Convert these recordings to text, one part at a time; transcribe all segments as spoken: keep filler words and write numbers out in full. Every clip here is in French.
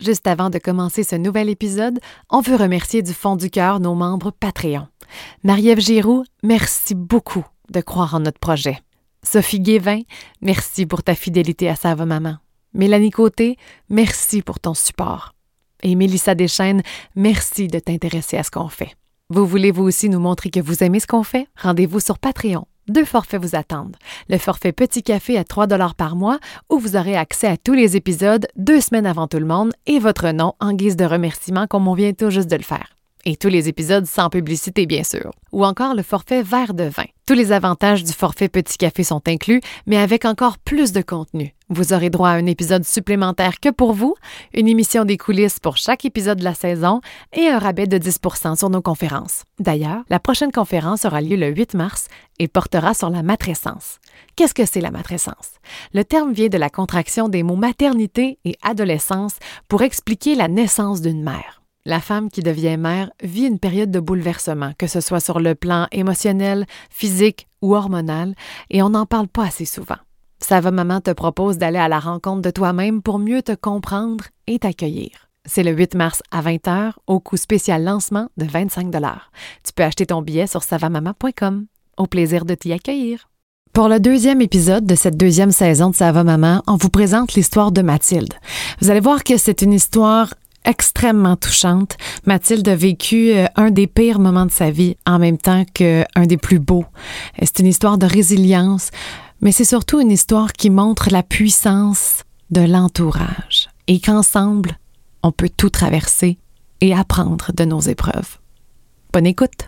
Juste avant de commencer ce nouvel épisode, on veut remercier du fond du cœur nos membres Patreon. Marie-Ève Giroux, merci beaucoup de croire en notre projet. Sophie Guévin, merci pour ta fidélité à Ça va maman. Mélanie Côté, merci pour ton support. Et Mélissa Deschênes, merci de t'intéresser à ce qu'on fait. Vous voulez vous aussi nous montrer que vous aimez ce qu'on fait? Rendez-vous sur Patreon. Deux forfaits vous attendent. Le forfait Petit Café à trois dollars par mois, où vous aurez accès à tous les épisodes deux semaines avant tout le monde et votre nom en guise de remerciement comme on vient tout juste de le faire. Et tous les épisodes sans publicité, bien sûr. Ou encore le forfait verre de vin. Tous les avantages du forfait Petit Café sont inclus, mais avec encore plus de contenu. Vous aurez droit à un épisode supplémentaire que pour vous, une émission des coulisses pour chaque épisode de la saison et un rabais de dix pour cent sur nos conférences. D'ailleurs, la prochaine conférence aura lieu le huit mars et portera sur la matrescence. Qu'est-ce que c'est la matrescence? Le terme vient de la contraction des mots maternité et adolescence pour expliquer la naissance d'une mère. La femme qui devient mère vit une période de bouleversement, que ce soit sur le plan émotionnel, physique ou hormonal, et on n'en parle pas assez souvent. Ça va maman te propose d'aller à la rencontre de toi-même pour mieux te comprendre et t'accueillir. C'est le huit mars à vingt heures au coût spécial lancement de vingt-cinq dollars. Tu peux acheter ton billet sur ça va maman point com. Au plaisir de t'y accueillir. Pour le deuxième épisode de cette deuxième saison de Ça va maman, on vous présente l'histoire de Mathilde. Vous allez voir que c'est une histoire extrêmement touchante. Mathilde a vécu euh, un des pires moments de sa vie en même temps qu'un des plus beaux. C'est une histoire de résilience, mais c'est surtout une histoire qui montre la puissance de l'entourage et qu'ensemble, on peut tout traverser et apprendre de nos épreuves. Bonne écoute!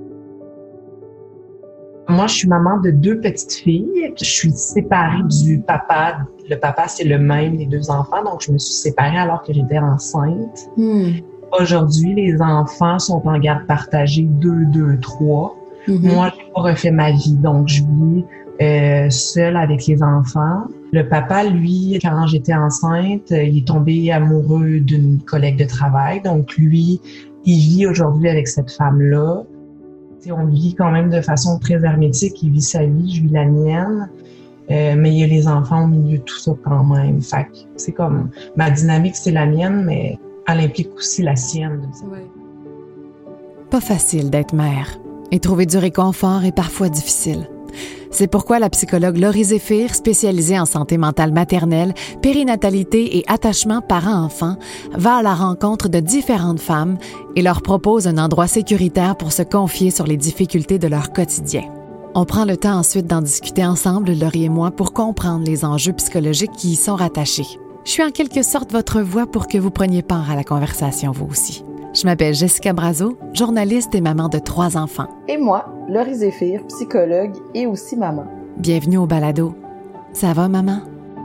Moi, je suis maman de deux petites filles. Je suis séparée du papa. Le papa, c'est le même des deux enfants, donc je me suis séparée alors que j'étais enceinte. Mm. Aujourd'hui, les enfants sont en garde partagée deux, deux, trois. Mm-hmm. Moi, je n'ai pas refait ma vie, donc je vis euh, seule avec les enfants. Le papa, lui, quand j'étais enceinte, il est tombé amoureux d'une collègue de travail, donc lui, il vit aujourd'hui avec cette femme-là. On vit quand même de façon très hermétique. Il vit sa vie, je vis la mienne. Euh, mais il y a les enfants au milieu de tout ça quand même. Fait que c'est comme, ma dynamique, c'est la mienne, mais elle implique aussi la sienne. Ouais. Pas facile d'être mère. Et trouver du réconfort est parfois difficile. C'est pourquoi la psychologue Laurie Zéphir, spécialisée en santé mentale maternelle, périnatalité et attachement parent-enfant, va à la rencontre de différentes femmes et leur propose un endroit sécuritaire pour se confier sur les difficultés de leur quotidien. On prend le temps ensuite d'en discuter ensemble, Laurie et moi, pour comprendre les enjeux psychologiques qui y sont rattachés. Je suis en quelque sorte votre voix pour que vous preniez part à la conversation, vous aussi. Je m'appelle Jessica Brazo, journaliste et maman de trois enfants. Et moi, Laurie Zéphir, psychologue et aussi maman. Bienvenue au balado. Ça va, maman?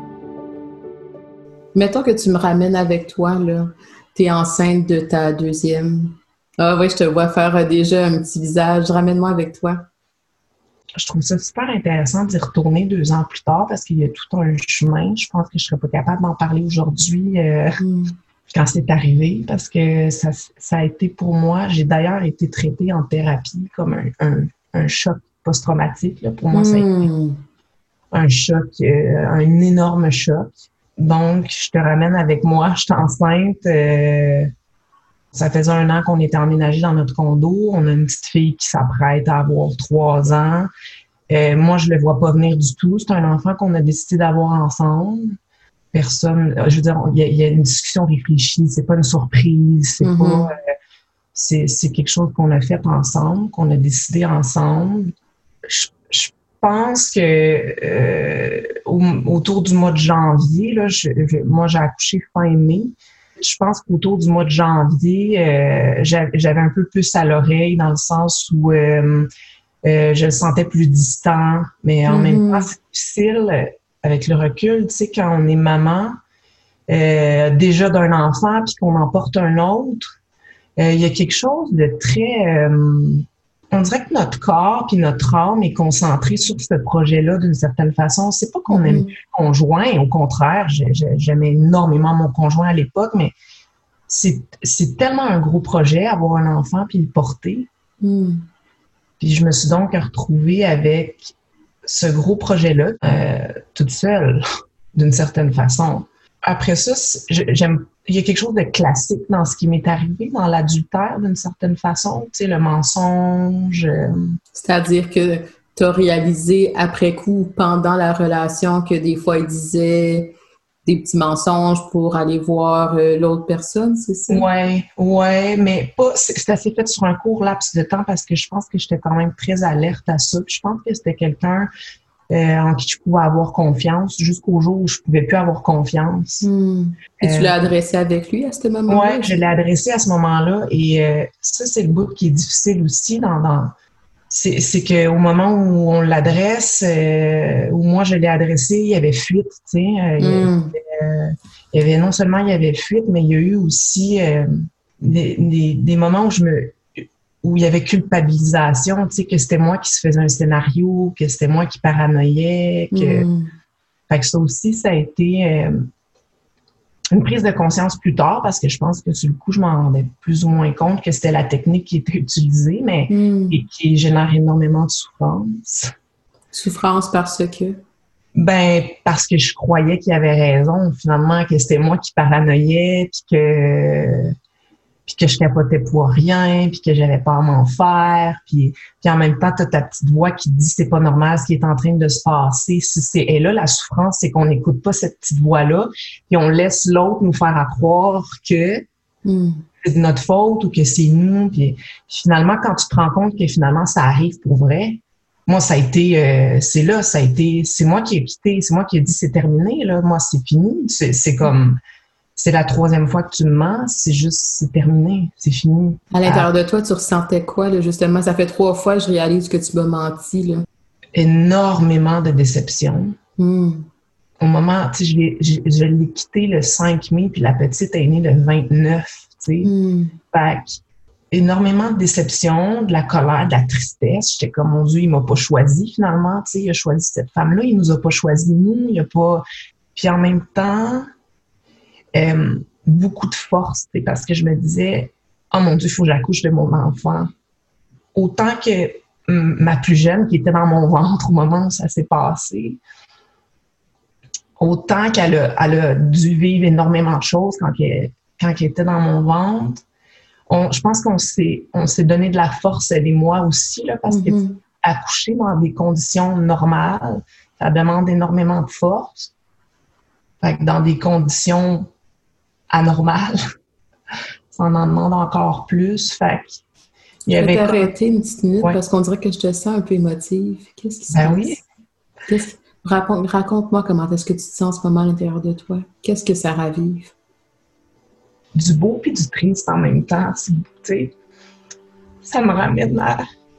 Mettons que tu me ramènes avec toi, là. T'es enceinte de ta deuxième. Ah oui, je te vois faire déjà un petit visage. Ramène-moi avec toi. Je trouve ça super intéressant d'y retourner deux ans plus tard parce qu'il y a tout un chemin. Je pense que je serais pas capable d'en parler aujourd'hui. Euh... Mm. Quand c'est arrivé, parce que ça, ça a été pour moi, j'ai d'ailleurs été traitée en thérapie comme un, un, un choc post-traumatique. Là. Pour moi, mmh. ça a été un choc, euh, un énorme choc. Donc, je te ramène avec moi, je suis enceinte. Euh, ça faisait un an qu'on était emménagés dans notre condo. On a une petite fille qui s'apprête à avoir trois ans. Euh, moi, je le vois pas venir du tout. C'est un enfant qu'on a décidé d'avoir ensemble. Personne, je veux dire, il y, y a une discussion réfléchie, c'est pas une surprise, c'est mm-hmm. pas, euh, c'est, c'est quelque chose qu'on a fait ensemble, qu'on a décidé ensemble. Je, je pense que euh, au, autour du mois de janvier, là, je, je, moi j'ai accouché fin mai. Je pense qu'autour du mois de janvier, euh, j'avais, j'avais un peu plus à l'oreille dans le sens où euh, euh, je le sentais plus distant, mais en mm-hmm. même temps c'est difficile. Avec le recul, tu sais, quand on est maman, euh, déjà d'un enfant, puis qu'on en porte un autre, euh, il y a quelque chose de très... Euh, on dirait que notre corps puis notre âme est concentré sur ce projet-là d'une certaine façon. C'est pas qu'on mm-hmm. aime plus le conjoint, au contraire, j'aimais énormément mon conjoint à l'époque, mais c'est, c'est tellement un gros projet, avoir un enfant puis le porter. Mm. Puis je me suis donc retrouvée avec ce gros projet-là, euh, toute seule, d'une certaine façon. Après ça, j'aime il y a quelque chose de classique dans ce qui m'est arrivé, dans l'adultère, d'une certaine façon. Tu sais, le mensonge. Euh... C'est-à-dire que tu as réalisé après coup, pendant la relation, que des fois, il disait des petits mensonges pour aller voir euh, l'autre personne, c'est ça? Oui, oui, mais pas. C'était assez fait sur un court laps de temps parce que je pense que j'étais quand même très alerte à ça. Puis je pense que c'était quelqu'un euh, en qui je pouvais avoir confiance jusqu'au jour où je pouvais plus avoir confiance. Mm. Et tu euh, l'as adressé avec lui à ce moment-là? Oui, je l'ai adressé à ce moment-là. Et euh, ça, c'est le bout qui est difficile aussi dans. dans c'est, c'est qu'au moment où on l'adresse, euh, où moi je l'ai adressé, il y avait fuite, tu sais. Euh, il, y Mm. avait, euh, il y avait non seulement il y avait fuite, mais il y a eu aussi euh, des, des, des moments où je me où il y avait culpabilisation, tu sais, que c'était moi qui se faisais un scénario, que c'était moi qui paranoïais, que Mm. fait que ça aussi, ça a été euh, une prise de conscience plus tard, parce que je pense que sur le coup, je m'en rendais plus ou moins compte que c'était la technique qui était utilisée, mais Mm. et qui génère énormément de souffrance. Souffrance parce que? Ben, parce que je croyais qu'il avait raison, finalement, que c'était moi qui paranoïais, puis que puis que je capotais pour rien, puis que j'avais pas à m'en faire, puis, puis en même temps, t'as ta petite voix qui te dit c'est pas normal ce qui est en train de se passer. Si c'est, et là, la souffrance, c'est qu'on n'écoute pas cette petite voix-là, puis on laisse l'autre nous faire à croire que mm. c'est de notre faute ou que c'est nous. Puis, puis finalement, quand tu te rends compte que finalement, ça arrive pour vrai, moi, ça a été, euh, c'est là, ça a été, c'est moi qui ai quitté, c'est moi qui ai dit c'est terminé, là, moi, c'est fini. C'est, c'est comme... C'est la troisième fois que tu me mens, c'est juste, c'est terminé, c'est fini. À l'intérieur de toi, tu ressentais quoi, là, justement? Ça fait trois fois que je réalise que tu m'as menti, là. Énormément de déception. Mm. Au moment, tu sais, je l'ai, je, je l'ai quitté le cinq mai, puis la petite est née le vingt-neuf, tu sais. Mm. Fait que, énormément de déception, de la colère, de la tristesse. J'étais comme, mon Dieu, il m'a pas choisi, finalement, tu sais. Il a choisi cette femme-là, il nous a pas choisi, nous, il a pas... Puis en même temps... Euh, beaucoup de force, parce que je me disais, oh mon Dieu, il faut que j'accouche de mon enfant. Autant que hum, ma plus jeune, qui était dans mon ventre au moment où ça s'est passé, autant qu'elle a, elle a dû vivre énormément de choses quand elle, quand elle était dans mon ventre. On, je pense qu'on s'est, on s'est donné de la force, elle et moi aussi, là, parce Mm-hmm. que accoucher dans des conditions normales, ça demande énormément de force. Fait que dans des conditions anormal. Ça en demande encore plus. Fait qu'il y Je vais avait t'arrêter une petite minute ouais. parce qu'on dirait que je te sens un peu émotive. Qu'est-ce qui se Ben passe? oui. Qu'est-ce... Raconte, raconte-moi comment est-ce que tu te sens en ce moment à l'intérieur de toi. Qu'est-ce que ça ravive? Du beau puis du triste en même temps. Tu sais, ça me ramène à...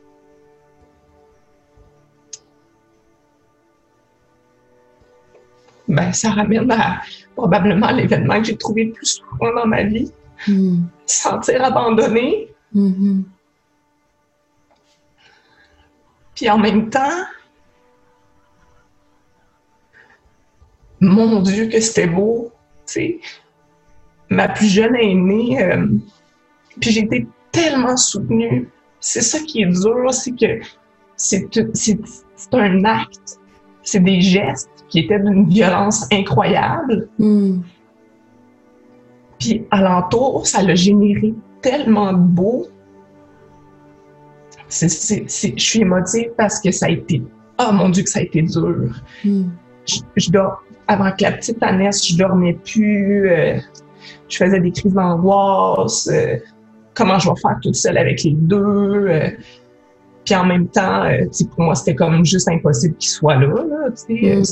Ben, ça ramène à probablement l'événement que j'ai trouvé le plus souffrant dans ma vie. Mm. Se sentir abandonnée. Mm-hmm. Puis en même temps, mon Dieu, que c'était beau. Tu sais, ma plus jeune est née, euh, puis j'ai été tellement soutenue. C'est ça qui est dur, c'est que c'est, c'est, c'est un acte, c'est des gestes qui étaient d'une violence incroyable. Mm. Puis alentour, ça l'a généré tellement de beau. C'est, c'est, c'est, je suis émotive parce que ça a été... Oh mon Dieu, que ça a été dur. Mm. Je, je dors, avant que la petite naisse, je dormais plus. Euh, je faisais des crises d'angoisse. Euh, comment je vais faire toute seule avec les deux? Euh, puis en même temps, euh, pour moi, c'était comme juste impossible qu'il soit là. là mm.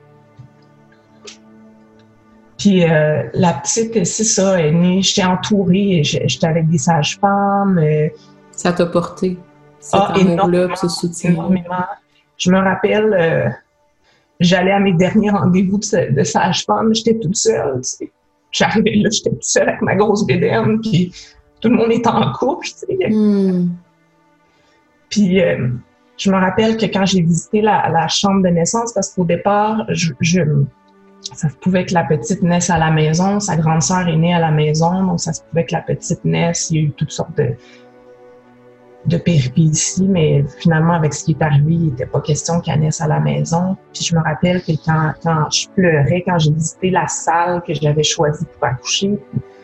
Puis euh, la petite, c'est ça, elle est née, j'étais entourée, j'étais avec des sages-femmes. Euh, ça t'a porté, cet ah, amour-là, ce soutien. Énormément. Je me rappelle, euh, j'allais à mes derniers rendez-vous de, de sage-femme, j'étais toute seule, tu sais. J'arrivais là, j'étais toute seule avec ma grosse bédaine, puis tout le monde était en couple, tu sais. Mm. Puis euh, je me rappelle que quand j'ai visité la, la chambre de naissance, parce qu'au départ, je, je ça se pouvait que la petite naisse à la maison, sa grande sœur est née à la maison, donc ça se pouvait que la petite naisse, il y a eu toutes sortes de, de péripéties, mais finalement, avec ce qui est arrivé, il n'était pas question qu'elle naisse à la maison. Puis je me rappelle que quand, quand je pleurais, quand j'ai visité la salle que j'avais choisie pour accoucher,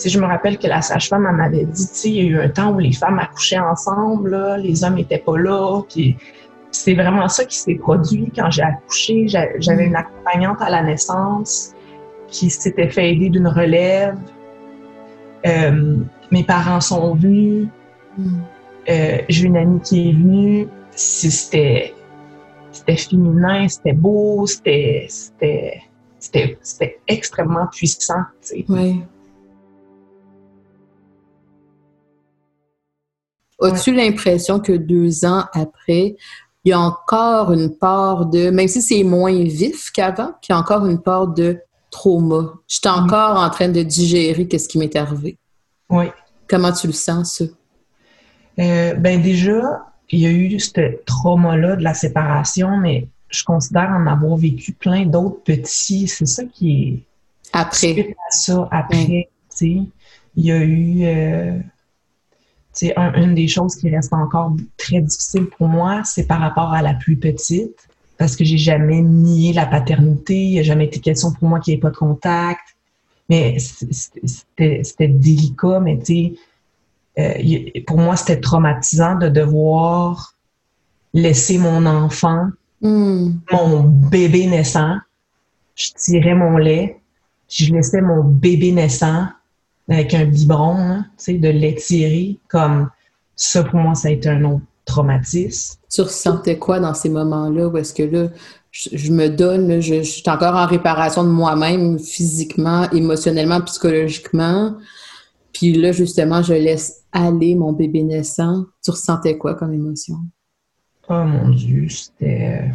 sais, je me rappelle que la sage-femme, elle m'avait dit, tu sais, il y a eu un temps où les femmes accouchaient ensemble, là, les hommes n'étaient pas là, puis c'est vraiment ça qui s'est produit quand j'ai accouché. J'avais une accompagnante à la naissance qui s'était fait aider d'une relève. Euh, mes parents sont venus. Mm. Euh, j'ai une amie qui est venue. C'était, c'était féminin, c'était beau, c'était, c'était, c'était, c'était extrêmement puissant. Tu sais. Oui. As-tu ouais. l'impression que deux ans après, il y a encore une part de, même si c'est moins vif qu'avant, qu'il y a encore une part de trauma. Je suis encore oui. en train de digérer qu'est-ce qui m'est arrivé. Oui. Comment tu le sens, ça? Euh, ben déjà, il y a eu ce trauma-là de la séparation, mais je considère en avoir vécu plein d'autres petits. C'est ça qui est... Après. Suite à ça, après, oui. tu sais, il y a eu... Euh, tu sais, un, une des choses qui reste encore très difficile pour moi, c'est par rapport à la plus petite, parce que j'ai jamais nié la paternité, il n'a jamais été question pour moi qu'il n'y ait pas de contact. Mais c'était, c'était délicat, mais tu sais, euh, pour moi, c'était traumatisant de devoir laisser mon enfant, mm. mon bébé naissant. Je tirais mon lait, je laissais mon bébé naissant avec un biberon, hein, tu sais, de lait tiré. Comme ça, pour moi, ça a été un autre traumatisme. Tu ressentais quoi dans ces moments-là où est-ce que là, je, je me donne, là, je, je suis encore en réparation de moi-même, physiquement, émotionnellement, psychologiquement. Puis là, justement, je laisse aller mon bébé naissant. Tu ressentais quoi comme émotion? Oh mon Dieu, c'était...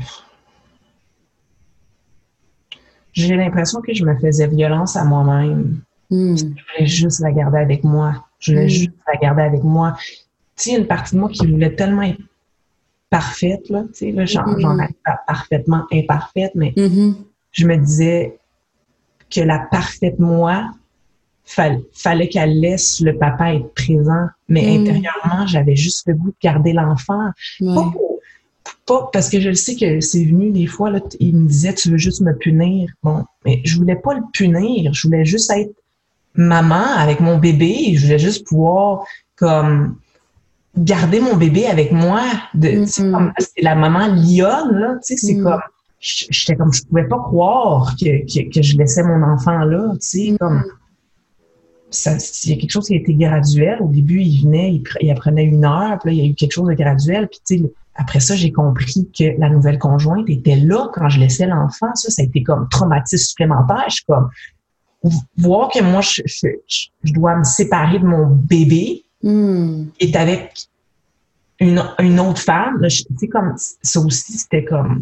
J'ai l'impression que je me faisais violence à moi-même. Mm. Je voulais juste la garder avec moi. Je voulais mm. juste la garder avec moi. Tu sais, il y a une partie de moi qui voulait tellement être parfaite, là, tu sais, là, genre, mm-hmm. genre parfaitement imparfaite, mais mm-hmm. je me disais que la parfaite moi, fall, fallait qu'elle laisse le papa être présent, mais mm. intérieurement, j'avais juste le goût de garder l'enfant. Ouais. Pas, pour, pas parce que je le sais que c'est venu des fois, là, il me disait, tu veux juste me punir. Bon, mais je voulais pas le punir, je voulais juste être maman avec mon bébé, et je voulais juste pouvoir, comme, garder mon bébé avec moi. De, mm-hmm. comme, c'est la maman lionne, là, tu sais, c'est mm-hmm. comme, j'étais comme, je pouvais pas croire que, que, que je laissais mon enfant là, tu sais, mm-hmm. comme, ça, il y a quelque chose qui a été graduel. Au début, il venait, il, il apprenait une heure, puis là, il y a eu quelque chose de graduel, puis tu sais, après ça, j'ai compris que la nouvelle conjointe était là quand je laissais l'enfant. Ça, ça a été comme traumatisme supplémentaire. Je suis comme, voir que moi, je, je, je dois me séparer de mon bébé, mm. qui est avec une, une autre femme, tu sais, comme, ça aussi, c'était comme,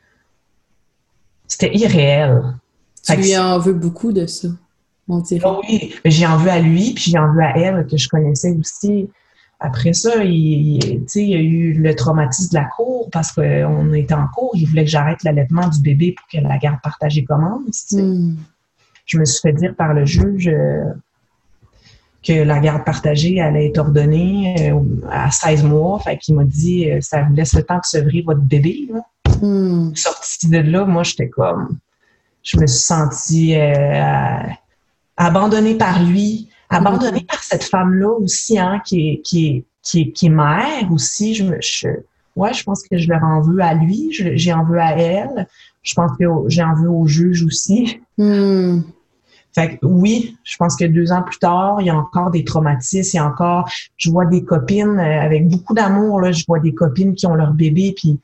c'était irréel. Tu lui en veux beaucoup de ça, on dirait. Oh oui, j'ai en veux à lui, puis j'ai en veux à elle, que je connaissais aussi. Après ça, il, il, tu sais, il y a eu le traumatisme de la cour, parce qu'on était en cour, il voulait que j'arrête l'allaitement du bébé pour que la garde partagée commence, tu sais. Mm. Je me suis fait dire par le juge euh, que la garde partagée allait être ordonnée euh, à seize mois. Fait qu'il m'a dit euh, ça vous laisse le temps de sevrer votre bébé. Là. Mm. Sortie de là, moi, j'étais comme... Je me suis sentie euh, abandonnée par lui, abandonnée mm. par cette femme-là aussi, hein, qui est, qui est, qui est, qui est mère aussi. Je me, je, ouais, je pense que je leur en veux à lui, je, j'ai en veux à elle. Je pense que j'ai en veux au juge aussi. Mm. Fait que oui, je pense que deux ans plus tard, il y a encore des traumatismes, il y a encore, je vois des copines euh, avec beaucoup d'amour, là, je vois des copines qui ont leur bébé, puis,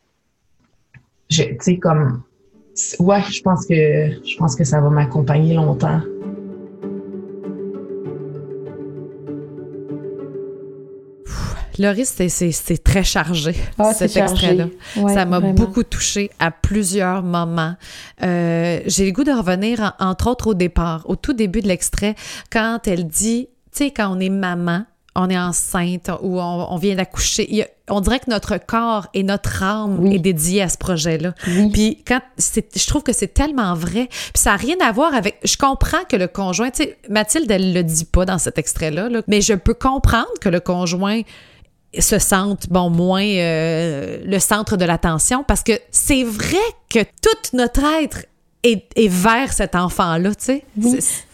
tu sais, comme, ouais, je pense que, je pense que ça va m'accompagner longtemps. Laurie, c'est, c'est, c'est très chargé, ah, cet c'est extrait-là. Ouais, ça m'a vraiment. beaucoup touchée à plusieurs moments. Euh, j'ai le goût de revenir, en, entre autres, au départ, au tout début de l'extrait, quand elle dit, tu sais, quand on est maman, on est enceinte ou on, on vient d'accoucher, il y a, on dirait que notre corps et notre âme oui. est dédié à ce projet-là. Oui. Puis quand c'est, je trouve que c'est tellement vrai. Puis ça n'a rien à voir avec... Je comprends que le conjoint... Tu sais, Mathilde, elle le dit pas dans cet extrait-là, là, mais je peux comprendre que le conjoint se sentent, bon, moins euh, le centre de l'attention, parce que c'est vrai que tout notre être est, est vers cet enfant-là, tu sais. Oui.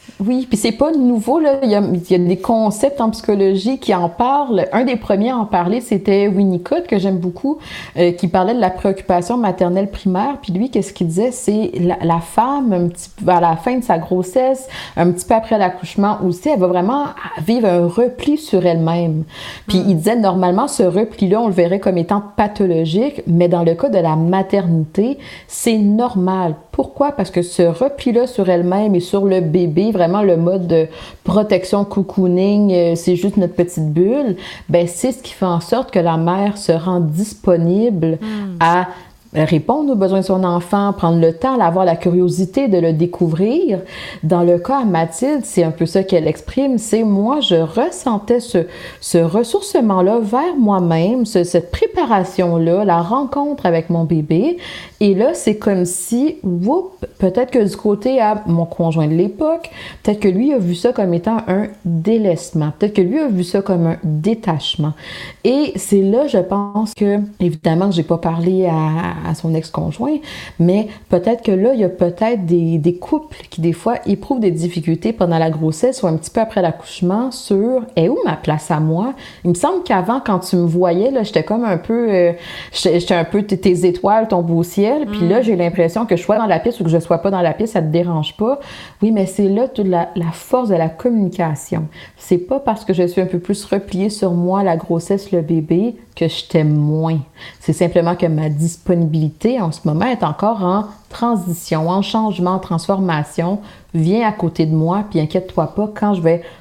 Oui, puis c'est pas nouveau, là. Il y a, il y a des concepts en psychologie qui en parlent. Un des premiers à en parler, c'était Winnicott, que j'aime beaucoup, euh, qui parlait de la préoccupation maternelle primaire. Puis lui, qu'est-ce qu'il disait? C'est la, la femme, un petit peu, à la fin de sa grossesse, un petit peu après l'accouchement aussi, elle va vraiment vivre un repli sur elle-même. Puis mm. il disait, normalement, ce repli-là, on le verrait comme étant pathologique, mais dans le cas de la maternité, c'est normal. Pourquoi? Parce que ce repli-là sur elle-même et sur le bébé, vraiment le mode de protection cocooning, euh, c'est juste notre petite bulle, ben c'est ce qui fait en sorte que la mère se rend disponible mm. à répondre aux besoins de son enfant, prendre le temps, avoir la curiosité de le découvrir. Dans le cas à Mathilde, c'est un peu ça qu'elle exprime, c'est moi, je ressentais ce, ce ressourcement-là vers moi-même, ce, cette préparation-là, la rencontre avec mon bébé. Et là, c'est comme si, whoop, peut-être que du côté à mon conjoint de l'époque, peut-être que lui a vu ça comme étant un délaissement, peut-être que lui a vu ça comme un détachement. Et c'est là, je pense que, évidemment, j'ai pas parlé à à son ex-conjoint, mais peut-être que là, il y a peut-être des, des couples qui, des fois, éprouvent des difficultés pendant la grossesse ou un petit peu après l'accouchement sur « est où ma place à moi? » Il me semble qu'avant, quand tu me voyais, là, j'étais comme un peu... Euh, j'étais un peu tes étoiles, ton beau ciel, puis là, j'ai l'impression que je sois dans la piste ou que je sois pas dans la piste, ça te dérange pas. Oui, mais c'est là toute la, la force de la communication. C'est pas parce que je suis un peu plus repliée sur moi, la grossesse, le bébé, que je t'aime moins. C'est simplement que ma disponibilité en ce moment est encore en transition, en changement, en transformation. Viens à côté de moi, puis inquiète-toi pas, quand je vais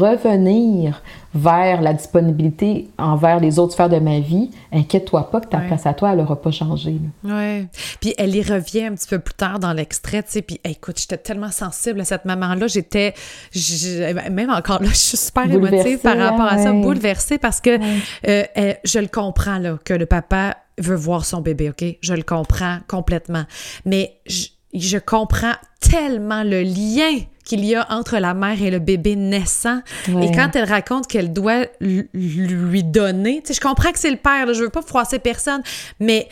revenir vers la disponibilité envers les autres sphères de ma vie, inquiète-toi pas que ta ouais. place à toi, elle n'aura pas changé. Oui. Puis elle y revient un petit peu plus tard dans l'extrait, tu sais, puis écoute, j'étais tellement sensible à cette maman-là, j'étais, j'ai, même encore là, je suis super émotive par rapport à ça, ouais. bouleversée, parce que ouais. euh, elle, je le comprends, là, que le papa veut voir son bébé, OK? Je le comprends complètement. Mais je, je comprends tellement le lien qu'il y a entre la mère et le bébé naissant. Ouais. Et quand elle raconte qu'elle doit l- lui donner, tu sais, je comprends que c'est le père, là, je veux pas froisser personne, mais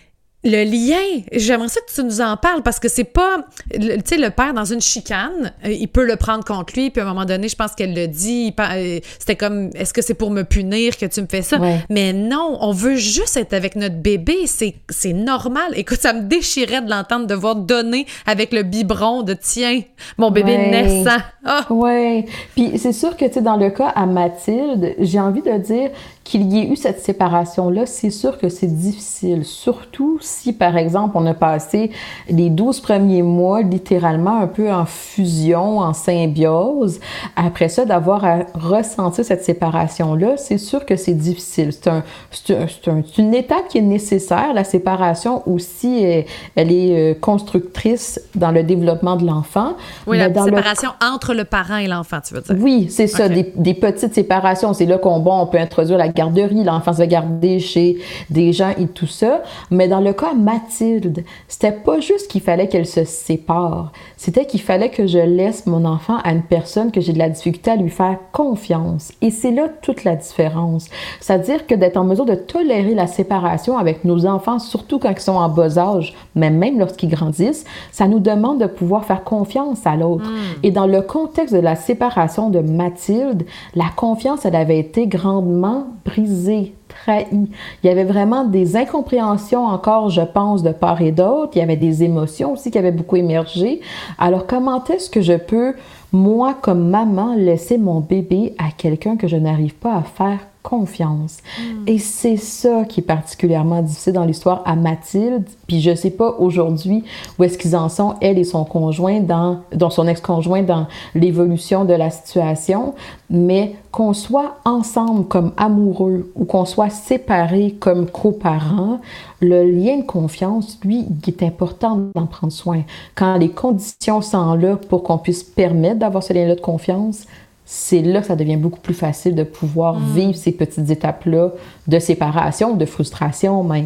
le lien, j'aimerais ça que tu nous en parles parce que c'est pas, tu sais, le père dans une chicane, il peut le prendre contre lui, puis à un moment donné, je pense qu'elle le dit, c'était comme, est-ce que c'est pour me punir que tu me fais ça? Ouais. Mais non, on veut juste être avec notre bébé, c'est, c'est normal. Écoute, ça me déchirait de l'entendre devoir donner avec le biberon de tiens, mon bébé ouais. naissant. Oh! Oui, puis c'est sûr que, tu sais, dans le cas à Mathilde, j'ai envie de dire qu'il y ait eu cette séparation-là, c'est sûr que c'est difficile, surtout si, par exemple, on a passé les douze premiers mois littéralement un peu en fusion, en symbiose. Après ça, d'avoir à ressentir cette séparation-là, c'est sûr que c'est difficile. C'est, un, c'est, un, c'est, un, c'est une étape qui est nécessaire. La séparation aussi, elle, elle est constructrice dans le développement de l'enfant. Oui, la séparation le... entre le parent et l'enfant, tu veux dire? Oui, c'est ça, okay. des, des petites séparations. C'est là qu'on bon, on peut introduire la garderie, l'enfant se va garder chez des gens et tout ça. Mais dans le cas Mathilde, c'était pas juste qu'il fallait qu'elle se sépare, c'était qu'il fallait que je laisse mon enfant à une personne que j'ai de la difficulté à lui faire confiance. Et c'est là toute la différence. C'est-à-dire que d'être en mesure de tolérer la séparation avec nos enfants, surtout quand ils sont en bas âge, mais même lorsqu'ils grandissent, ça nous demande de pouvoir faire confiance à l'autre. Mm. Et dans le contexte de la séparation de Mathilde, la confiance, elle avait été grandement brisée, trahie. Il y avait vraiment des incompréhensions encore, je pense, de part et d'autre. Il y avait des émotions aussi qui avaient beaucoup émergé. Alors, comment est-ce que je peux, moi, comme maman, laisser mon bébé à quelqu'un que je n'arrive pas à faire confiance? Mm. Et c'est ça qui est particulièrement difficile dans l'histoire à Mathilde. Puis je sais pas aujourd'hui où est-ce qu'ils en sont, elle et son conjoint, dans, dans son ex-conjoint, dans l'évolution de la situation, mais qu'on soit ensemble comme amoureux ou qu'on soit séparés comme coparents, le lien de confiance, lui, il est important d'en prendre soin. Quand les conditions sont là pour qu'on puisse permettre d'avoir ce lien-là de confiance, c'est là que ça devient beaucoup plus facile de pouvoir mmh. vivre ces petites étapes-là de séparation, de frustration même.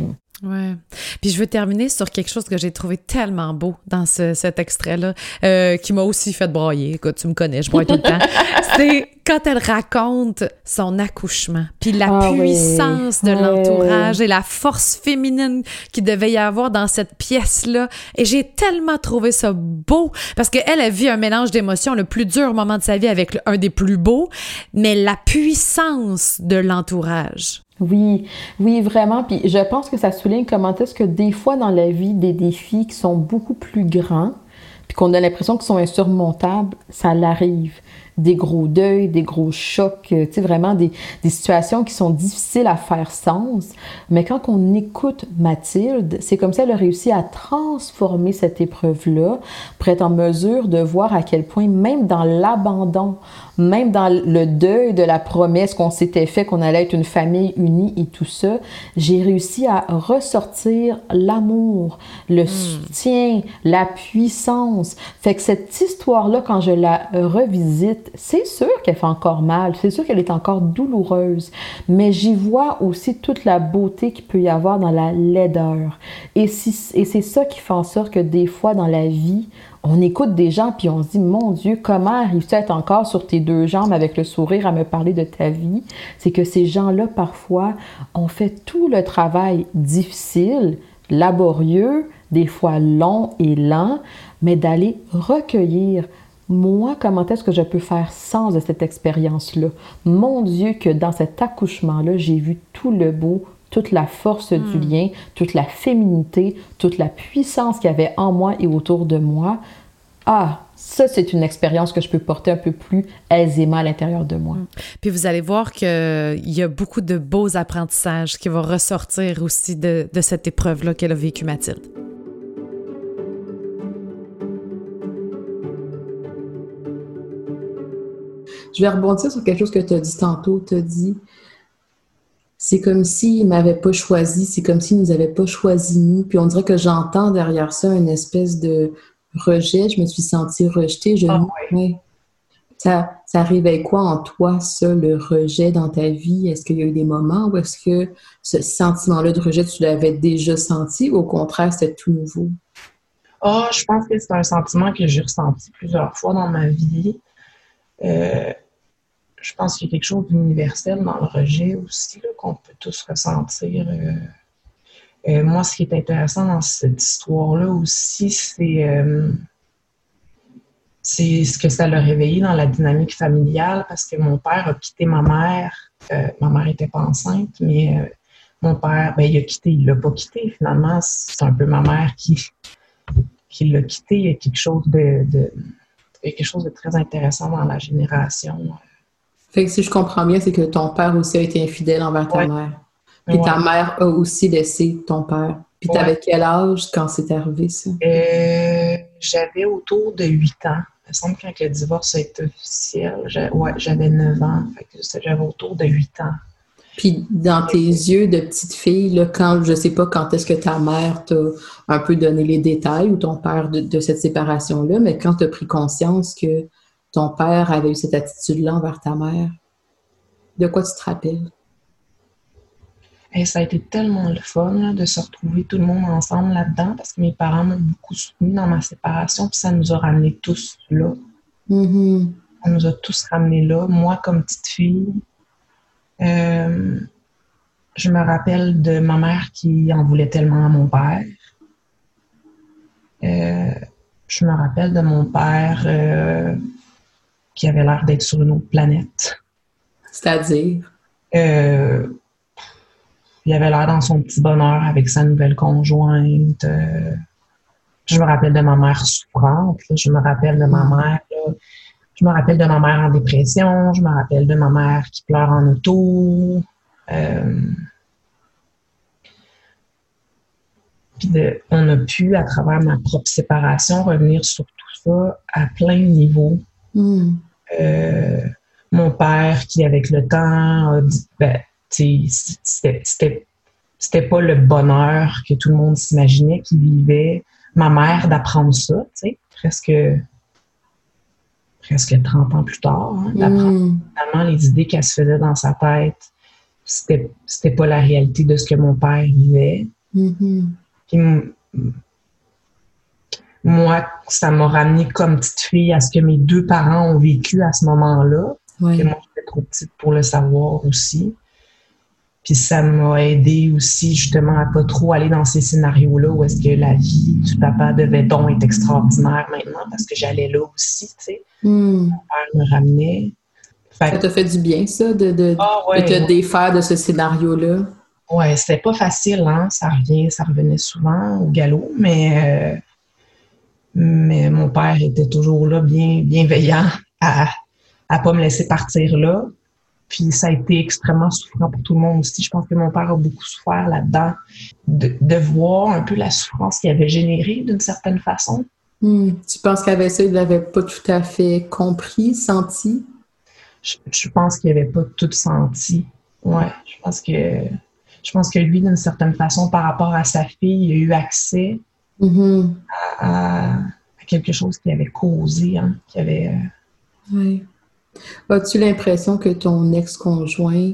Ouais. Puis je veux terminer sur quelque chose que j'ai trouvé tellement beau dans ce, cet extrait-là, euh, qui m'a aussi fait brailler. Écoute, tu me connais, je braille tout le temps. C'est quand elle raconte son accouchement, puis la ah, puissance oui. de ouais. l'entourage et la force féminine qu'il devait y avoir dans cette pièce-là. Et j'ai tellement trouvé ça beau, parce qu'elle a vu un mélange d'émotions, le plus dur moment de sa vie avec le, un des plus beaux, mais la puissance de l'entourage. Oui, oui, vraiment. Puis je pense que ça souligne comment est-ce que des fois dans la vie, des défis qui sont beaucoup plus grands, puis qu'on a l'impression qu'ils sont insurmontables, ça l'arrive. Des gros deuils, des gros chocs, tu sais, vraiment des, des situations qui sont difficiles à faire sens. Mais quand on écoute Mathilde, c'est comme si elle a réussi à transformer cette épreuve-là pour être en mesure de voir à quel point, même dans l'abandon, même dans le deuil de la promesse qu'on s'était fait, qu'on allait être une famille unie et tout ça, j'ai réussi à ressortir l'amour, le mmh. soutien, la puissance. Fait que cette histoire-là, quand je la revisite, c'est sûr qu'elle fait encore mal, c'est sûr qu'elle est encore douloureuse, mais j'y vois aussi toute la beauté qu'il peut y avoir dans la laideur. Et, si, et c'est ça qui fait en sorte que des fois dans la vie, on écoute des gens puis on se dit, mon Dieu, comment arrives-tu à être encore sur tes deux jambes avec le sourire à me parler de ta vie? C'est que ces gens-là, parfois, ont fait tout le travail difficile, laborieux, des fois long et lent, mais d'aller recueillir moi, comment est-ce que je peux faire sens de cette expérience-là? Mon Dieu, que dans cet accouchement-là, j'ai vu tout le beau, toute la force mmh. du lien, toute la féminité, toute la puissance qu'il y avait en moi et autour de moi. Ah, ça, c'est une expérience que je peux porter un peu plus aisément à l'intérieur de moi. Puis vous allez voir qu'il y a beaucoup de beaux apprentissages qui vont ressortir aussi de, de cette épreuve-là qu'elle a vécue, Mathilde. Je vais rebondir sur quelque chose que tu as dit tantôt. Tu as dit, c'est comme s'ils ne m'avaient pas choisi, c'est comme s'ils ne nous avaient pas choisi nous. Puis on dirait que j'entends derrière ça une espèce de rejet. Je me suis sentie rejetée. Je, oh, oui. ouais. Ça, ça arrivait quoi en toi, ça, le rejet dans ta vie? Est-ce qu'il y a eu des moments où est-ce que ce sentiment-là de rejet, tu l'avais déjà senti ou au contraire, c'était tout nouveau? Oh, je pense que c'est un sentiment que j'ai ressenti plusieurs fois dans ma vie. Euh, je pense qu'il y a quelque chose d'universel dans le rejet aussi, là, qu'on peut tous ressentir. Euh, euh, moi, ce qui est intéressant dans cette histoire-là aussi, c'est, euh, c'est ce que ça l'a réveillé dans la dynamique familiale, parce que mon père a quitté ma mère. Euh, ma mère n'était pas enceinte, mais euh, mon père, ben, il a quitté, il l'a pas quitté. Finalement, c'est un peu ma mère qui, qui l'a quitté. Il y a quelque chose de... de Il y a quelque chose de très intéressant dans la génération. Fait que si je comprends bien, c'est que ton père aussi a été infidèle envers ta ouais. mère. Puis ouais. ta mère a aussi laissé ton père. Puis ouais. t'avais quel âge quand c'est arrivé, ça? Euh, j'avais autour de huit ans. Il me semble que quand le divorce a été officiel, j'avais, ouais, j'avais neuf ans. Fait que j'avais autour de huit ans. Puis dans tes yeux de petite fille, là, quand, je sais pas quand est-ce que ta mère t'a un peu donné les détails ou ton père de, de cette séparation-là, mais quand tu as pris conscience que ton père avait eu cette attitude-là envers ta mère, de quoi tu te rappelles? Et ça a été tellement le fun là, de se retrouver tout le monde ensemble là-dedans, parce que mes parents m'ont beaucoup soutenu dans ma séparation, puis ça nous a ramenés tous là. Mm-hmm. On nous a tous ramenés là. Moi, comme petite fille, Euh, je me rappelle de ma mère qui en voulait tellement à mon père. Euh, je me rappelle de mon père euh, qui avait l'air d'être sur une autre planète. C'est-à-dire? Euh, il avait l'air dans son petit bonheur avec sa nouvelle conjointe. Euh, je me rappelle de ma mère souffrante. Là. Je me rappelle de ma mère... Là, Je me rappelle de ma mère en dépression, je me rappelle de ma mère qui pleure en auto. Euh, puis de, on a pu, à travers ma propre séparation, revenir sur tout ça à plein de niveaux. Mm. Euh, mon père qui, avec le temps, a dit, ben, c'était, c'était, c'était pas le bonheur que tout le monde s'imaginait qu'il vivait. Ma mère d'apprendre ça, tu sais, presque... presque trente ans plus tard, hein, d'apprendre mm. finalement les idées qu'elle se faisait dans sa tête. C'était, c'était pas la réalité de ce que mon père vivait. Mm-hmm. Puis, m- moi, ça m'a ramené comme petite fille à ce que mes deux parents ont vécu à ce moment-là. Ouais. Que moi, j'étais trop petite pour le savoir aussi. Puis ça m'a aidé aussi justement à pas trop aller dans ces scénarios-là où est-ce que la vie du papa devait donc être extraordinaire maintenant parce que j'allais là aussi, tu sais. Mm. Mon père me ramenait. Fait Ça que, t'a fait du bien, ça, de, de, ah de te ouais, défaire de ce scénario-là? ouais, c'était pas facile, hein. Ça revient, ça revenait souvent au galop, mais, euh, mais mon père était toujours là, bien, bienveillant à, à pas me laisser partir là. Puis ça a été extrêmement souffrant pour tout le monde aussi. Je pense que mon père a beaucoup souffert là-dedans, de, de voir un peu la souffrance qu'il avait générée d'une certaine façon. Hmm. Tu penses qu'avec ça, il l'avait pas tout à fait compris, senti? Je, je pense qu'il n'avait pas tout senti. Ouais, je pense que je pense que lui, d'une certaine façon, par rapport à sa fille, il a eu accès Mm-hmm. à, à quelque chose qui avait causé, hein, qui avait. Euh... Oui. As-tu l'impression que ton ex-conjoint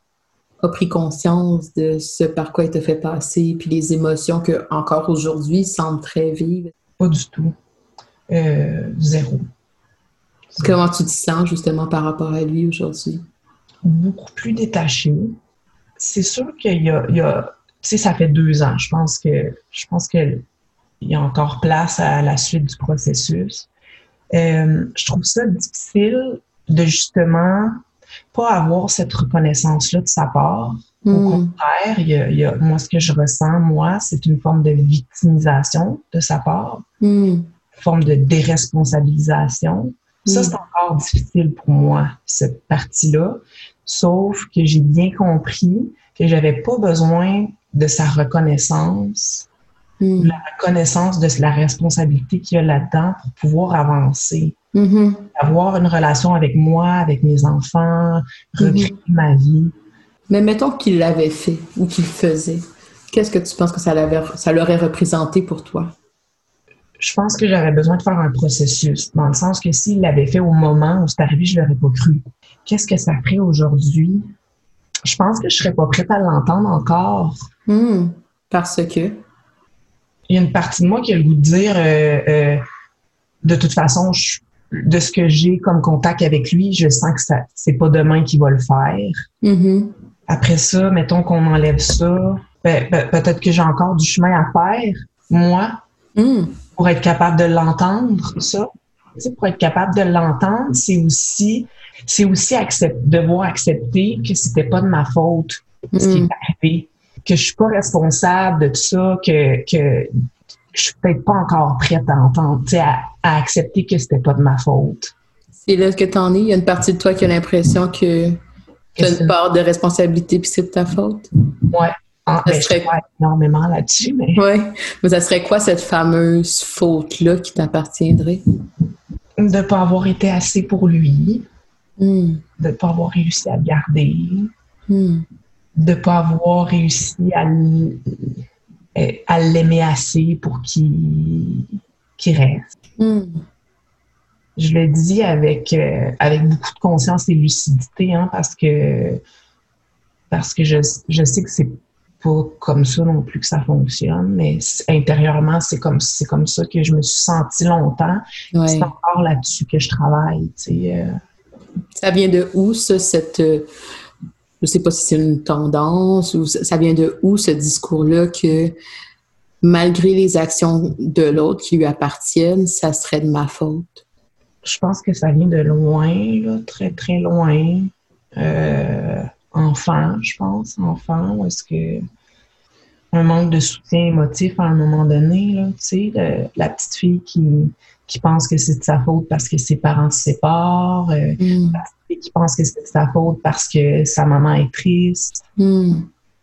a pris conscience de ce par quoi il t'a fait passer, puis les émotions que encore aujourd'hui semblent très vives? Pas du tout. Euh, zéro. Comment tu te sens justement par rapport à lui aujourd'hui? Beaucoup plus détaché. C'est sûr qu'il y a, il y a tu sais, ça fait deux ans. Je pense que je pense que il y a encore place à la suite du processus. Euh, je trouve ça difficile de justement pas avoir cette reconnaissance-là de sa part. Au Mm. contraire, il y a, il y a, moi, ce que je ressens, moi, c'est une forme de victimisation de sa part, Mm. une forme de déresponsabilisation. Ça, Mm. c'est encore difficile pour moi, cette partie-là. Sauf que j'ai bien compris que j'avais pas besoin de sa reconnaissance, Mm. de la reconnaissance de la responsabilité qu'il y a là-dedans pour pouvoir avancer. Mm-hmm. Avoir une relation avec moi, avec mes enfants, recréer Mm-hmm. ma vie. Mais mettons qu'il l'avait fait ou qu'il le faisait. Qu'est-ce que tu penses que ça, l'avait, ça l'aurait représenté pour toi? Je pense que j'aurais besoin de faire un processus, dans le sens que s'il l'avait fait au moment où c'est arrivé, je ne l'aurais pas cru. Qu'est-ce que ça ferait aujourd'hui? Je pense que je ne serais pas prête à l'entendre encore. Mm. Parce que? Il y a une partie de moi qui a le goût de dire, euh, euh, de toute façon, je, de ce que j'ai comme contact avec lui, je sens que ça, c'est pas demain qu'il va le faire. Mm-hmm. Après ça, mettons qu'on enlève ça, ben, ben, peut-être que j'ai encore du chemin à faire, moi, Mm. pour être capable de l'entendre, ça. Tu sais, pour être capable de l'entendre, c'est aussi, c'est aussi accept, devoir accepter que c'était pas de ma faute, ce qui Mm. est arrivé, que je suis pas responsable de tout ça, que, que je suis peut-être pas encore prête à entendre, tu sais, à, à accepter que c'était pas de ma faute. C'est là que t'en es. Il y a une partie de toi qui a l'impression que tu as Que une part de responsabilité puis c'est de ta faute. Ouais. Ah, Ça ben, serait- je travaille énormément là-dessus, mais Oui. Mais ça serait quoi cette fameuse faute-là qui t'appartiendrait? de ne pas avoir été assez pour lui, Mm. de ne pas avoir réussi à le garder, Mm. de ne pas avoir réussi à, l- à l'aimer assez pour qu'il qu'il reste. Mm. Je le dis avec, euh, avec beaucoup de conscience et lucidité, hein, parce que, parce que je, je sais que c'est pas comme ça non plus que ça fonctionne, mais intérieurement, c'est comme, c'est comme ça que je me suis sentie longtemps. Ouais. C'est encore là-dessus que je travaille, tu sais. Euh, Ça vient de où, ça, cette... euh, je sais pas si c'est une tendance ou ça ça vient de où, ce discours-là que malgré les actions de l'autre qui lui appartiennent, ça serait de ma faute? Je pense que ça vient de loin, là, très, très loin. Euh, enfant, je pense, enfant, où est-ce que un manque de soutien émotif à un moment donné, là, tu sais, de- la petite fille qui, qui pense que c'est de sa faute parce que ses parents se séparent, euh, Mm. et qui pense que c'est de sa faute parce que sa maman est triste. Mm.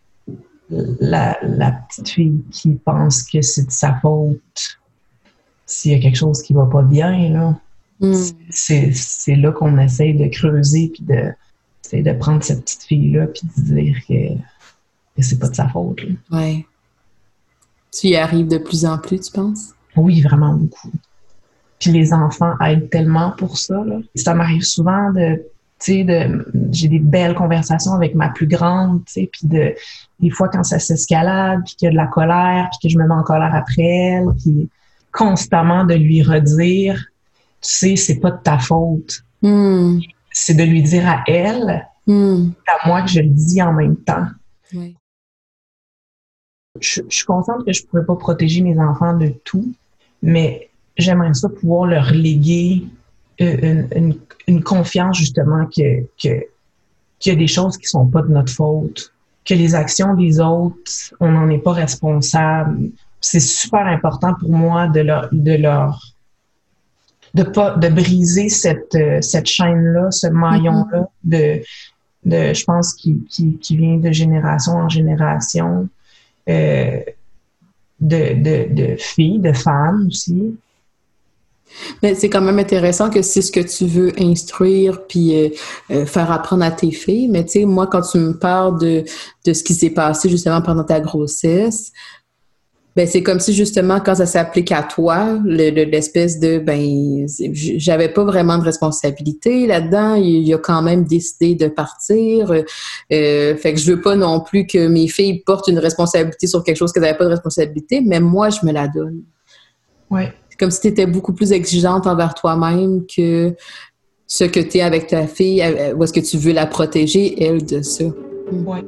La, la petite fille qui pense que c'est de sa faute s'il y a quelque chose qui va pas bien, là. Mm. C'est, c'est là qu'on essaye de creuser puis de, c'est de prendre cette petite fille-là puis de dire que, que c'est pas de sa faute, là. Ouais. Tu y arrives de plus en plus, tu penses? Oui, vraiment beaucoup. Puis les enfants aident tellement pour ça, là. Ça m'arrive souvent de, tu sais, de, j'ai des belles conversations avec ma plus grande, tu sais, puis de, des fois quand ça s'escalade, puis qu'il y a de la colère, puis que je me mets en colère après elle, puis constamment de lui redire, tu sais, c'est pas de ta faute. Mm. C'est de lui dire à elle, mm. c'est à moi que je le dis en même temps. Oui. Je, je suis consciente que je pourrais pas protéger mes enfants de tout, mais j'aimerais ça pouvoir leur léguer une, une, une confiance justement que, que, qu'il y a des choses qui sont pas de notre faute, que les actions des autres, on n'en est pas responsable. C'est super important pour moi de leur, de leur, de pas, de briser cette, cette chaîne-là, ce maillon-là de, de, je pense, qui, qui, qui vient de génération en génération, euh, de, de, de filles, de femmes aussi. Mais c'est quand même intéressant que c'est ce que tu veux instruire puis euh, euh, faire apprendre à tes filles. Mais tu sais, moi, quand tu me parles de, de ce qui s'est passé justement pendant ta grossesse, ben c'est comme si justement quand ça s'applique à toi, le, le, l'espèce de ben j'avais pas vraiment de responsabilité là-dedans. Il, il a quand même décidé de partir. Euh, fait que je veux pas non plus que mes filles portent une responsabilité sur quelque chose qu'elles n'avaient pas de responsabilité, mais moi je me la donne. Ouais. C'est comme si tu étais beaucoup plus exigeante envers toi-même que ce que tu es avec ta fille, ou est-ce que tu veux la protéger, elle, de ça. Ouais.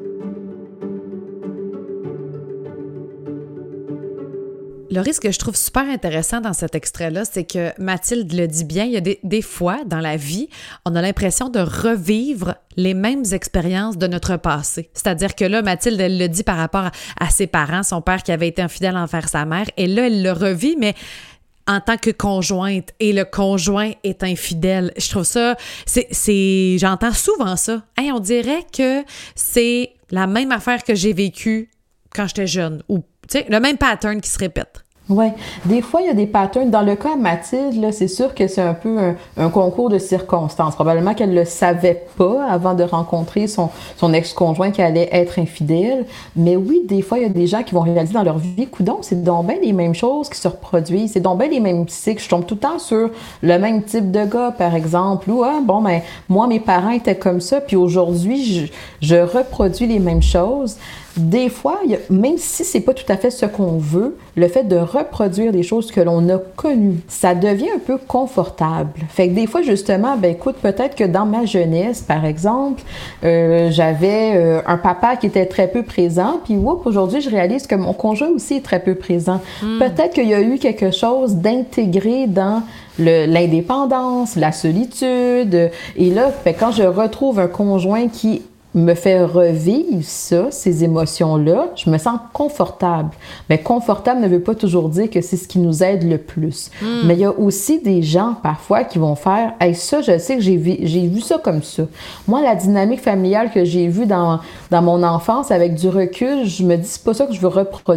Laurie, ce que je trouve super intéressant dans cet extrait-là, c'est que Mathilde le dit bien, il y a des, des fois dans la vie, on a l'impression de revivre les mêmes expériences de notre passé. C'est-à-dire que là, Mathilde, elle le dit par rapport à, à ses parents, son père qui avait été infidèle envers sa mère, et là, elle le revit, mais en tant que conjointe, et le conjoint est infidèle. Je trouve ça, c'est, c'est, j'entends souvent ça. Hey, on dirait que c'est la même affaire que j'ai vécue quand j'étais jeune, ou tu sais, le même pattern qui se répète. Oui. Des fois, il y a des patterns. Dans le cas de Mathilde, là, c'est sûr que c'est un peu un, un concours de circonstances. Probablement qu'elle ne le savait pas avant de rencontrer son, son ex-conjoint qui allait être infidèle. Mais oui, des fois, il y a des gens qui vont réaliser dans leur vie, coudonc, c'est donc bien les mêmes choses qui se reproduisent. C'est donc bien les mêmes cycles. Je tombe tout le temps sur le même type de gars, par exemple. Ou, ah, bon, ben, moi, mes parents étaient comme ça, puis aujourd'hui, je, je reproduis les mêmes choses. Des fois, il y a, même si c'est pas tout à fait ce qu'on veut, le fait de reproduire des choses que l'on a connues, ça devient un peu confortable. Fait que des fois, justement, ben écoute, peut-être que dans ma jeunesse, par exemple, euh, j'avais euh, un papa qui était très peu présent, puis oups, aujourd'hui, je réalise que mon conjoint aussi est très peu présent. Mm. Peut-être qu'il y a eu quelque chose d'intégré dans le, l'indépendance, la solitude, et là, ben, quand je retrouve un conjoint qui me fait revivre ça, ces émotions-là, je me sens confortable. Mais confortable ne veut pas toujours dire que c'est ce qui nous aide le plus. Mm. Mais il y a aussi des gens, parfois, qui vont faire « Hey, ça, je sais que j'ai vu, j'ai vu ça comme ça. » Moi, la dynamique familiale que j'ai vue dans, dans mon enfance, avec du recul, je me dis « C'est pas ça que je veux reproduire. »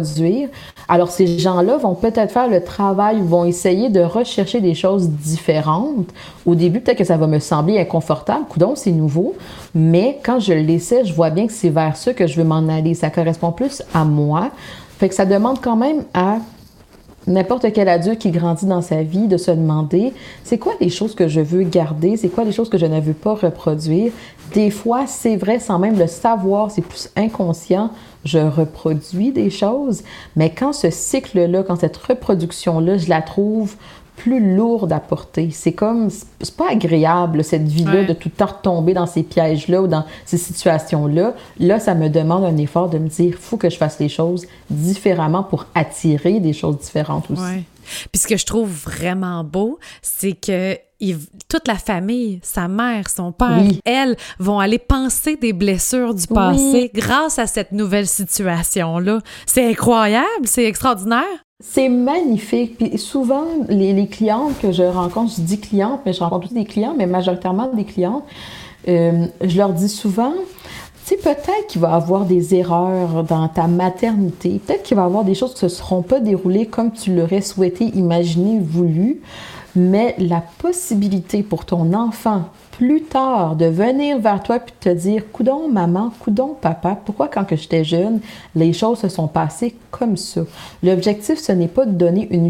Alors, ces gens-là vont peut-être faire le travail, vont essayer de rechercher des choses différentes. Au début, peut-être que ça va me sembler inconfortable. Coudonc, c'est nouveau. Mais quand je l'essaie, je vois bien que c'est vers ça que je veux m'en aller. Ça correspond plus à moi. Fait que ça demande quand même à n'importe quel adulte qui grandit dans sa vie de se demander c'est quoi les choses que je veux garder, c'est quoi les choses que je ne veux pas reproduire. Des fois, c'est vrai, sans même le savoir, c'est plus inconscient, je reproduis des choses. Mais quand ce cycle-là, quand cette reproduction-là, je la trouve plus lourde à porter. C'est comme, c'est pas agréable, cette vie-là, ouais. de tout le temps retomber dans ces pièges-là ou dans ces situations-là. Là, ça me demande un effort de me dire, il faut que je fasse les choses différemment pour attirer des choses différentes aussi. Ouais. Puis ce que je trouve vraiment beau, c'est que il, toute la famille, sa mère, son père, oui. elles, vont aller penser des blessures du passé oui. grâce à cette nouvelle situation-là. C'est incroyable, c'est extraordinaire. C'est magnifique. Puis souvent, les, les clientes que je rencontre, je dis clientes, mais je rencontre aussi des clients, mais majoritairement des clientes, euh, je leur dis souvent, tu sais, peut-être qu'il va y avoir des erreurs dans ta maternité, peut-être qu'il va y avoir des choses qui ne se seront pas déroulées comme tu l'aurais souhaité, imaginé, voulu, mais la possibilité pour ton enfant, plus tard, de venir vers toi puis de te dire « Coudonc, maman, coudonc, papa, pourquoi quand que j'étais jeune, les choses se sont passées comme ça? » L'objectif, ce n'est pas de donner une vie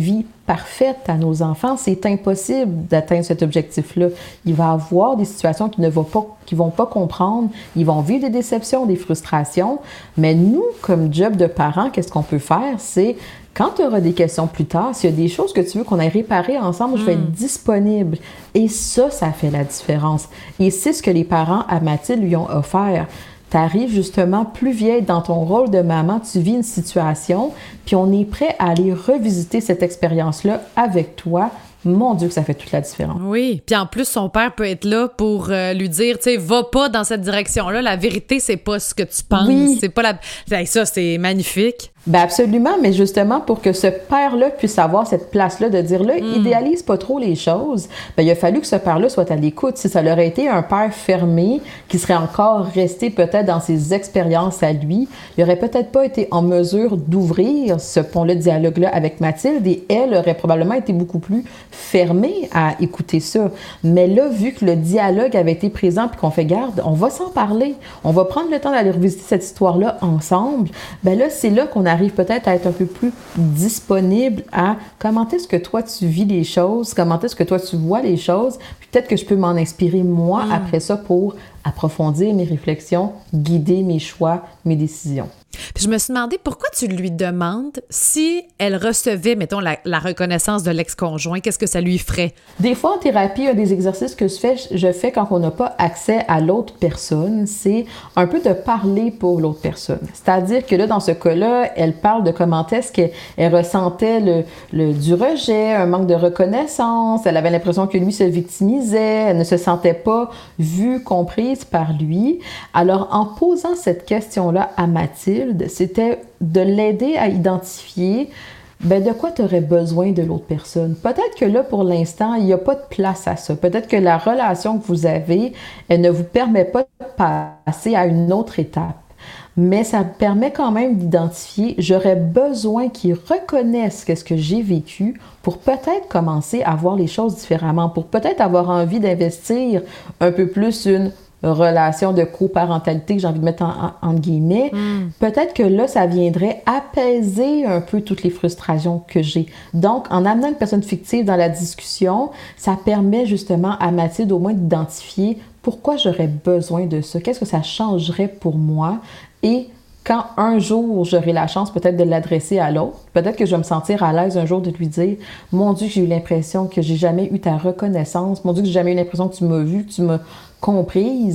parfaite à nos enfants. C'est impossible d'atteindre cet objectif-là. Il va y avoir des situations qui ne vont pas, qui vont pas comprendre. Ils vont vivre des déceptions, des frustrations. Mais nous, comme job de parents, qu'est-ce qu'on peut faire? C'est quand tu auras des questions plus tard, s'il y a des choses que tu veux qu'on aille réparer ensemble, mm. je vais être disponible. Et ça, ça fait la différence. Et c'est ce que les parents à Mathilde lui ont offert. Tu arrives justement plus vieille dans ton rôle de maman, tu vis une situation, puis on est prêt à aller revisiter cette expérience-là avec toi. Mon Dieu, que ça fait toute la différence. Oui, puis en plus, son père peut être là pour euh, lui dire, tu sais, va pas dans cette direction-là. La vérité, c'est pas ce que tu penses. Oui. C'est pas la... Ça, c'est magnifique. Ben absolument, mais justement, pour que ce père-là puisse avoir cette place-là de dire, là, mm. idéalise pas trop les choses, ben il a fallu que ce père-là soit à l'écoute. Si ça aurait été un père fermé, qui serait encore resté peut-être dans ses expériences à lui, il aurait peut-être pas été en mesure d'ouvrir ce pont-là de dialogue-là avec Mathilde, et elle aurait probablement été beaucoup plus fermée à écouter ça. Mais là, vu que le dialogue avait été présent, puis qu'on fait garde, on va s'en parler. On va prendre le temps d'aller revisiter cette histoire-là ensemble. Ben là, c'est là qu'on arrive peut-être à être un peu plus disponible à comment est-ce que toi tu vis les choses, comment est-ce que toi tu vois les choses, puis peut-être que je peux m'en inspirer moi mmh. après ça pour approfondir mes réflexions, guider mes choix, mes décisions. Puis je me suis demandé pourquoi tu lui demandes si elle recevait, mettons, la, la reconnaissance de l'ex-conjoint, qu'est-ce que ça lui ferait? Des fois, en thérapie, un des exercices que je fais, je fais quand on n'a pas accès à l'autre personne, c'est un peu de parler pour l'autre personne. C'est-à-dire que là, dans ce cas-là, elle parle de comment est-ce qu'elle ressentait le, le, du rejet, un manque de reconnaissance, elle avait l'impression que lui se victimisait, elle ne se sentait pas vue, comprise par lui. Alors, en posant cette question-là à Mathilde, c'était de l'aider à identifier ben, de quoi tu aurais besoin de l'autre personne. Peut-être que là, pour l'instant, il n'y a pas de place à ça. Peut-être que la relation que vous avez, elle ne vous permet pas de passer à une autre étape. Mais ça permet quand même d'identifier, j'aurais besoin qu'ils reconnaissent ce que j'ai vécu pour peut-être commencer à voir les choses différemment, pour peut-être avoir envie d'investir un peu plus une relation de coparentalité que j'ai envie de mettre en, en, entre guillemets, mm. peut-être que là, ça viendrait apaiser un peu toutes les frustrations que j'ai. Donc, en amenant une personne fictive dans la discussion, ça permet justement à Mathilde au moins d'identifier pourquoi j'aurais besoin de ça, qu'est-ce que ça changerait pour moi, et quand un jour j'aurai la chance peut-être de l'adresser à l'autre, peut-être que je vais me sentir à l'aise un jour de lui dire « Mon Dieu, j'ai eu l'impression que j'ai jamais eu ta reconnaissance. Mon Dieu, que j'ai jamais eu l'impression que tu m'as vue, que tu m'as comprise. »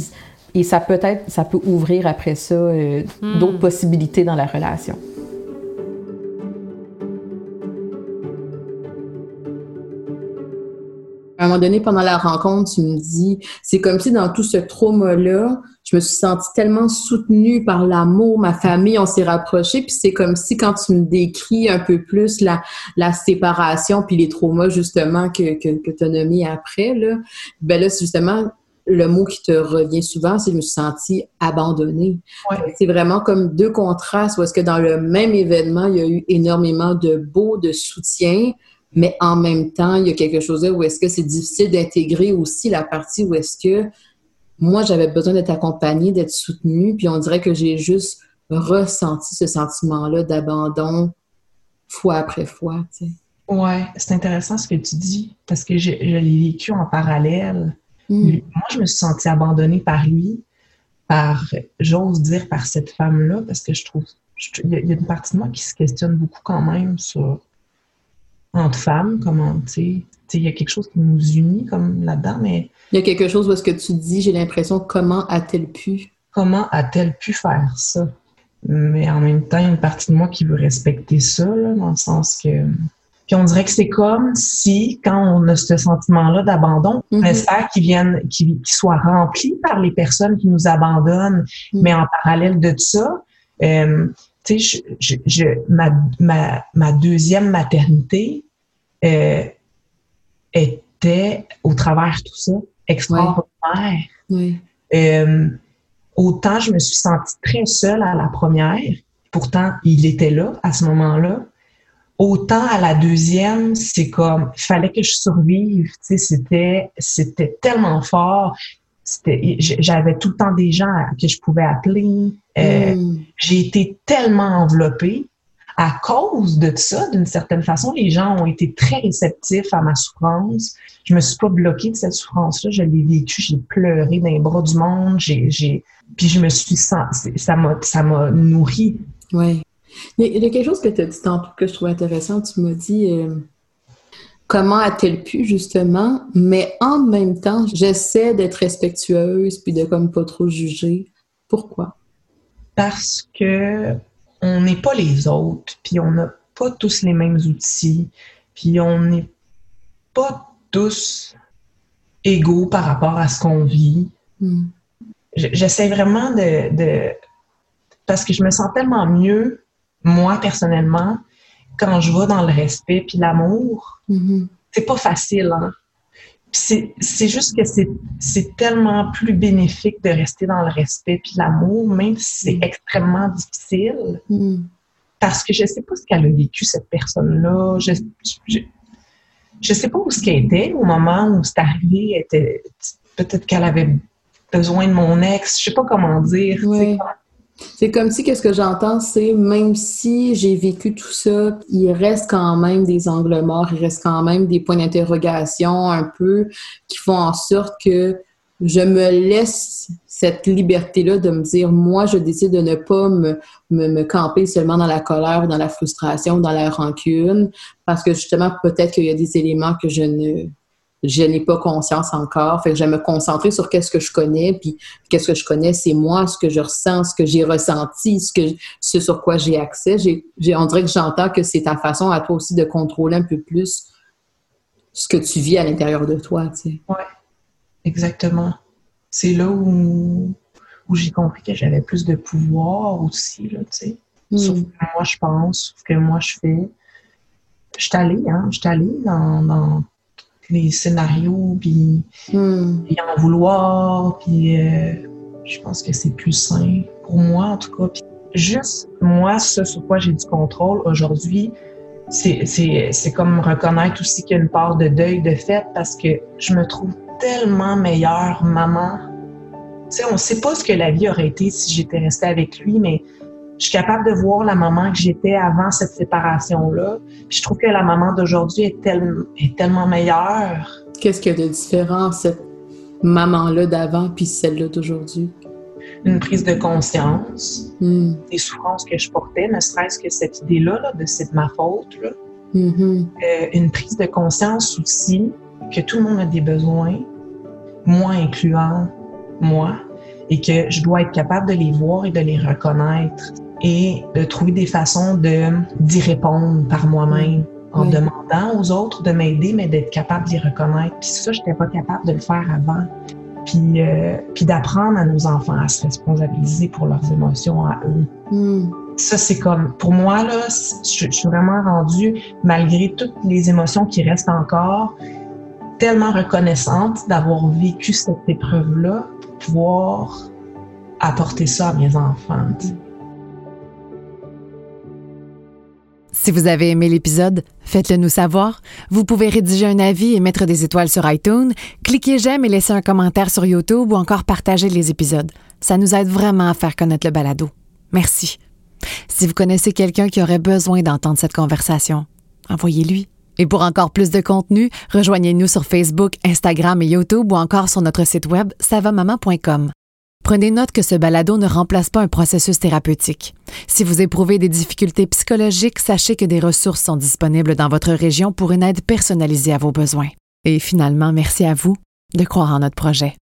Et ça peut être, ça peut ouvrir après ça euh, mm. d'autres possibilités dans la relation. À un moment donné, pendant la rencontre, tu me dis, c'est comme si dans tout ce trauma-là, je me suis sentie tellement soutenue par l'amour, ma famille, on s'est rapprochés, puis c'est comme si quand tu me décris un peu plus la, la séparation, puis les traumas justement que, que, que tu as nommés après, là, ben là, c'est justement le mot qui te revient souvent, c'est que je me suis sentie abandonnée. Ouais. C'est vraiment comme deux contrastes, où est-ce que dans le même événement, il y a eu énormément de beau, de soutien, mais en même temps, il y a quelque chose là où est-ce que c'est difficile d'intégrer aussi la partie où est-ce que moi, j'avais besoin d'être accompagnée, d'être soutenue, puis on dirait que j'ai juste ressenti ce sentiment-là d'abandon fois après fois, tu sais. Ouais, c'est intéressant ce que tu dis, parce que je, je l'ai vécu en parallèle. Mm. Moi, je me suis sentie abandonnée par lui, par, j'ose dire, par cette femme-là, parce que je trouve, il y, y a une partie de moi qui se questionne beaucoup quand même sur entre femmes, comment, tu sais, il y a quelque chose qui nous unit comme là-dedans, mais... Il y a quelque chose où est-ce que tu dis, j'ai l'impression, comment a-t-elle pu? Comment a-t-elle pu faire ça? Mais en même temps, il y a une partie de moi qui veut respecter ça, là, dans le sens que... Puis on dirait que c'est comme si, quand on a ce sentiment-là d'abandon, mm-hmm. on espère qu'il vienne, qu'il, qu'il soit rempli par les personnes qui nous abandonnent, mm-hmm. mais en parallèle de ça, euh, tu sais, je, je, je, ma, ma, ma deuxième maternité euh, était, au travers de tout ça, extraordinaire. Oui. Euh, autant je me suis sentie très seule à la première, pourtant il était là à ce moment-là. Autant à la deuxième, c'est comme, il fallait que je survive, tu sais, c'était, c'était tellement fort. C'était, j'avais tout le temps des gens que je pouvais appeler. Euh, mm. J'ai été tellement enveloppée. à cause de ça, d'une certaine façon, les gens ont été très réceptifs à ma souffrance. Je me suis pas bloquée de cette souffrance-là. Je l'ai vécue, j'ai pleuré dans les bras du monde. J'ai, j'ai... Puis je me suis sens... ça m'a, ça m'a nourrie. Oui. Il y a quelque chose que tu as dit tantôt que je trouve intéressant. Tu m'as dit euh, comment a-t-elle pu, justement, mais en même temps, j'essaie d'être respectueuse puis de comme pas trop juger. Pourquoi? Parce que on n'est pas les autres, puis on n'a pas tous les mêmes outils, puis on n'est pas tous égaux par rapport à ce qu'on vit. Mm. J'essaie vraiment de, de... Parce que je me sens tellement mieux, moi, personnellement, quand je vais dans le respect puis l'amour. Mm-hmm. C'est pas facile, hein? C'est, c'est juste que c'est, c'est tellement plus bénéfique de rester dans le respect puis l'amour, même si c'est extrêmement difficile. Mm. Parce que je sais pas ce qu'elle a vécu, cette personne-là. Je, je, je sais pas où ce qu'elle était au moment où c'est arrivé. Elle était, peut-être qu'elle avait besoin de mon ex. Je sais pas comment dire. Oui. C'est comme si, qu'est-ce que j'entends, c'est même si j'ai vécu tout ça, il reste quand même des angles morts, il reste quand même des points d'interrogation un peu qui font en sorte que je me laisse cette liberté-là de me dire, moi, je décide de ne pas me, me, me camper seulement dans la colère, dans la frustration, dans la rancune, parce que justement, peut-être qu'il y a des éléments que je ne... je n'ai pas conscience encore. Fait que je vais me concentrer sur qu'est-ce que je connais, puis qu'est-ce que je connais, c'est moi, ce que je ressens, ce que j'ai ressenti, ce, que, ce sur quoi j'ai accès. J'ai, j'ai, on dirait que j'entends que c'est ta façon à toi aussi de contrôler un peu plus ce que tu vis à l'intérieur de toi, tu sais. Oui, exactement. C'est là où, où j'ai compris que j'avais plus de pouvoir aussi, là, tu sais. Mm. Sur ce que moi je pense, sur ce que moi je fais. Je suis allée, hein, je suis allée dans... dans les scénarios, puis mm. en vouloir, puis euh, je pense que c'est plus sain pour moi, en tout cas. Puis juste, moi, ce sur quoi j'ai du contrôle aujourd'hui, c'est, c'est, c'est comme reconnaître aussi qu'il y a une part de deuil de fait, parce que je me trouve tellement meilleure maman. Tu sais, on sait pas ce que la vie aurait été si j'étais restée avec lui, mais je suis capable de voir la maman que j'étais avant cette séparation-là. Puis je trouve que la maman d'aujourd'hui est, tel, est tellement meilleure. Qu'est-ce qu'il y a de différent, cette maman-là d'avant puis celle-là d'aujourd'hui? Une prise de conscience mm. des souffrances que je portais, ne serait-ce que cette idée-là, là, de c'est de ma faute. Là. Mm-hmm. Euh, une prise de conscience aussi que tout le monde a des besoins, moi incluant moi, et que je dois être capable de les voir et de les reconnaître et de trouver des façons de, d'y répondre par moi-même en oui. demandant aux autres de m'aider, mais d'être capable d'y reconnaître. Puis ça, je n'étais pas capable de le faire avant. Puis, euh, puis d'apprendre à nos enfants à se responsabiliser pour leurs émotions à eux. Mm. Ça, c'est comme, pour moi, là, je, je suis vraiment rendue, malgré toutes les émotions qui restent encore, tellement reconnaissante d'avoir vécu cette épreuve-là pour pouvoir apporter ça à mes enfants. Si vous avez aimé l'épisode, faites-le nous savoir. Vous pouvez rédiger un avis et mettre des étoiles sur iTunes, cliquez j'aime et laisser un commentaire sur YouTube ou encore partager les épisodes. Ça nous aide vraiment à faire connaître le balado. Merci. Si vous connaissez quelqu'un qui aurait besoin d'entendre cette conversation, envoyez-lui. Et pour encore plus de contenu, rejoignez-nous sur Facebook, Instagram et YouTube ou encore sur notre site web savamaman point com. Prenez note que ce balado ne remplace pas un processus thérapeutique. Si vous éprouvez des difficultés psychologiques, sachez que des ressources sont disponibles dans votre région pour une aide personnalisée à vos besoins. Et finalement, merci à vous de croire en notre projet.